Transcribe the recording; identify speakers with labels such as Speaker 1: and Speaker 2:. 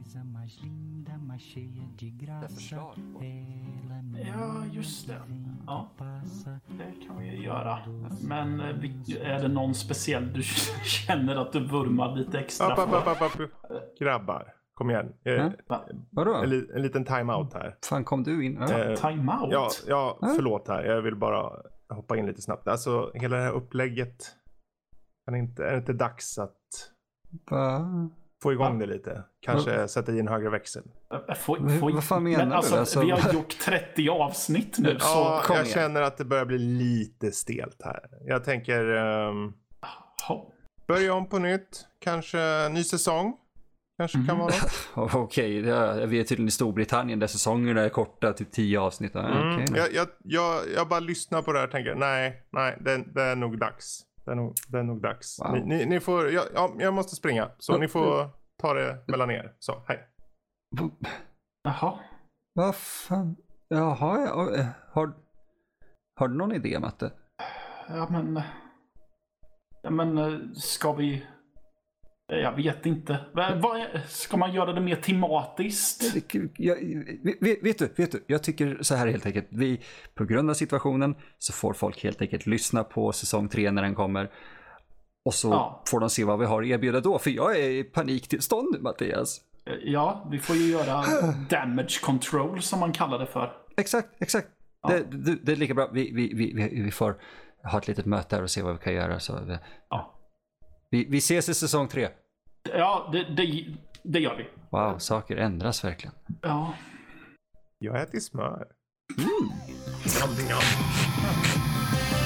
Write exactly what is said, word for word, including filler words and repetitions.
Speaker 1: Ja, just det. Ja, det kan vi ju göra. Men är det någon speciell du känner att du vurmar lite extra
Speaker 2: för? Upp, upp, upp, upp. Grabbar, kom igen.
Speaker 3: Mm. Vadå?
Speaker 2: En, en liten time-out här.
Speaker 3: Fan, kom du in?
Speaker 1: Ja. Eh, time-out?
Speaker 2: Ja, ja, förlåt här. Jag vill bara hoppa in lite snabbt. Alltså, hela det här upplägget. Är det inte, är det inte dags att
Speaker 3: Va?
Speaker 2: få igång ja. det lite? Kanske Va? sätta i en högre växel.
Speaker 1: Få, få,
Speaker 3: Vad fan menar
Speaker 1: men,
Speaker 3: du?
Speaker 1: alltså,
Speaker 3: Alltså...
Speaker 1: Vi har gjort trettio avsnitt nu.
Speaker 2: Ja,
Speaker 1: så
Speaker 2: jag igen. känner att det börjar bli lite stelt här. Jag tänker... Um, börja om på nytt. Kanske ny säsong. Kanske mm. kan vara något.
Speaker 3: Okej, okay, vi är tydligen i Storbritannien där säsongerna är korta, typ tio avsnitt.
Speaker 2: Mm.
Speaker 3: Okay.
Speaker 2: Jag, jag, jag, jag bara lyssnar på det här och tänker, nej, nej, det, det är nog dags. Det är nog, det är nog dags. Wow. Ni, ni, ni får, jag, ja, jag måste springa, så mm. ni får ta det mellan er. Så, hej.
Speaker 1: Jaha.
Speaker 3: Vad fan? Jaha, ja. Har, har du någon idé, Matte?
Speaker 1: Ja, men... Ja, men ska vi... Jag vet inte. Vad, ska man göra det mer tematiskt?
Speaker 3: Jag, vet, vet du, vet du, jag tycker så här helt enkelt. Vi, på grund av situationen så får folk helt enkelt lyssna på säsong tre när den kommer. Och så ja. får de se vad vi har att erbjuda då. För jag är i paniktillstånd nu, Mattias.
Speaker 1: Ja, vi får ju göra damage control som man kallar det för.
Speaker 3: Exakt, exakt. Ja. Det, det, det är lika bra. Vi, vi, vi, vi får ha ett litet möte här och se vad vi kan göra. Så vi,
Speaker 1: ja.
Speaker 3: vi, vi ses i säsong tre.
Speaker 1: Ja, det, det, det gör vi.
Speaker 3: Wow, saker ändras verkligen.
Speaker 1: Ja.
Speaker 2: Jag äter smör.
Speaker 3: Mm.
Speaker 2: Någonting annat.